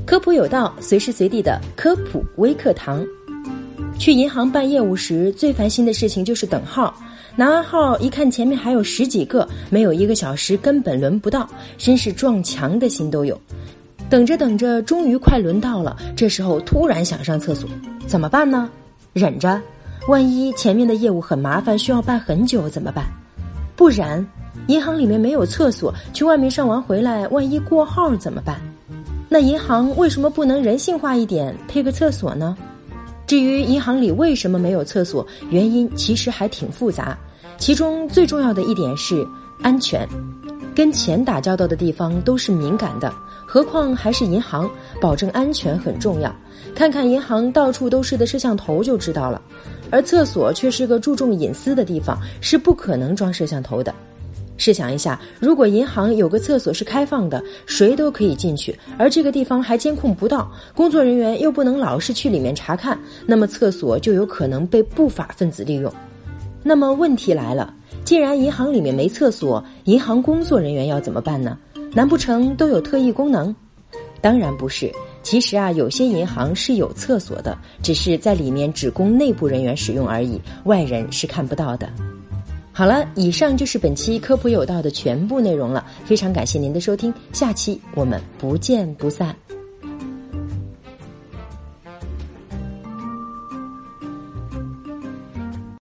科普有道，随时随地的科普微课堂。去银行办业务时，最烦心的事情就是等号。拿完号一看前面还有10几个，没有1个小时根本轮不到，真是撞墙的心都有。等着等着，终于快轮到了，这时候突然想上厕所，怎么办呢？忍着，万一前面的业务很麻烦，需要办很久怎么办？不然，银行里面没有厕所，去外面上完回来，万一过号怎么办？那银行为什么不能人性化一点，配个厕所呢？至于银行里为什么没有厕所，原因其实还挺复杂，其中最重要的一点是安全。跟钱打交道的地方都是敏感的，何况还是银行，保证安全很重要。看看银行到处都是的摄像头就知道了，而厕所却是个注重隐私的地方，是不可能装摄像头的。试想一下，如果银行有个厕所是开放的，谁都可以进去，而这个地方还监控不到，工作人员又不能老是去里面查看，那么厕所就有可能被不法分子利用。那么问题来了，既然银行里面没厕所，银行工作人员要怎么办呢？难不成都有特异功能？当然不是，其实有些银行是有厕所的，只是在里面只供内部人员使用而已，外人是看不到的。好了，以上就是本期科普有道的全部内容了，非常感谢您的收听，下期我们不见不散。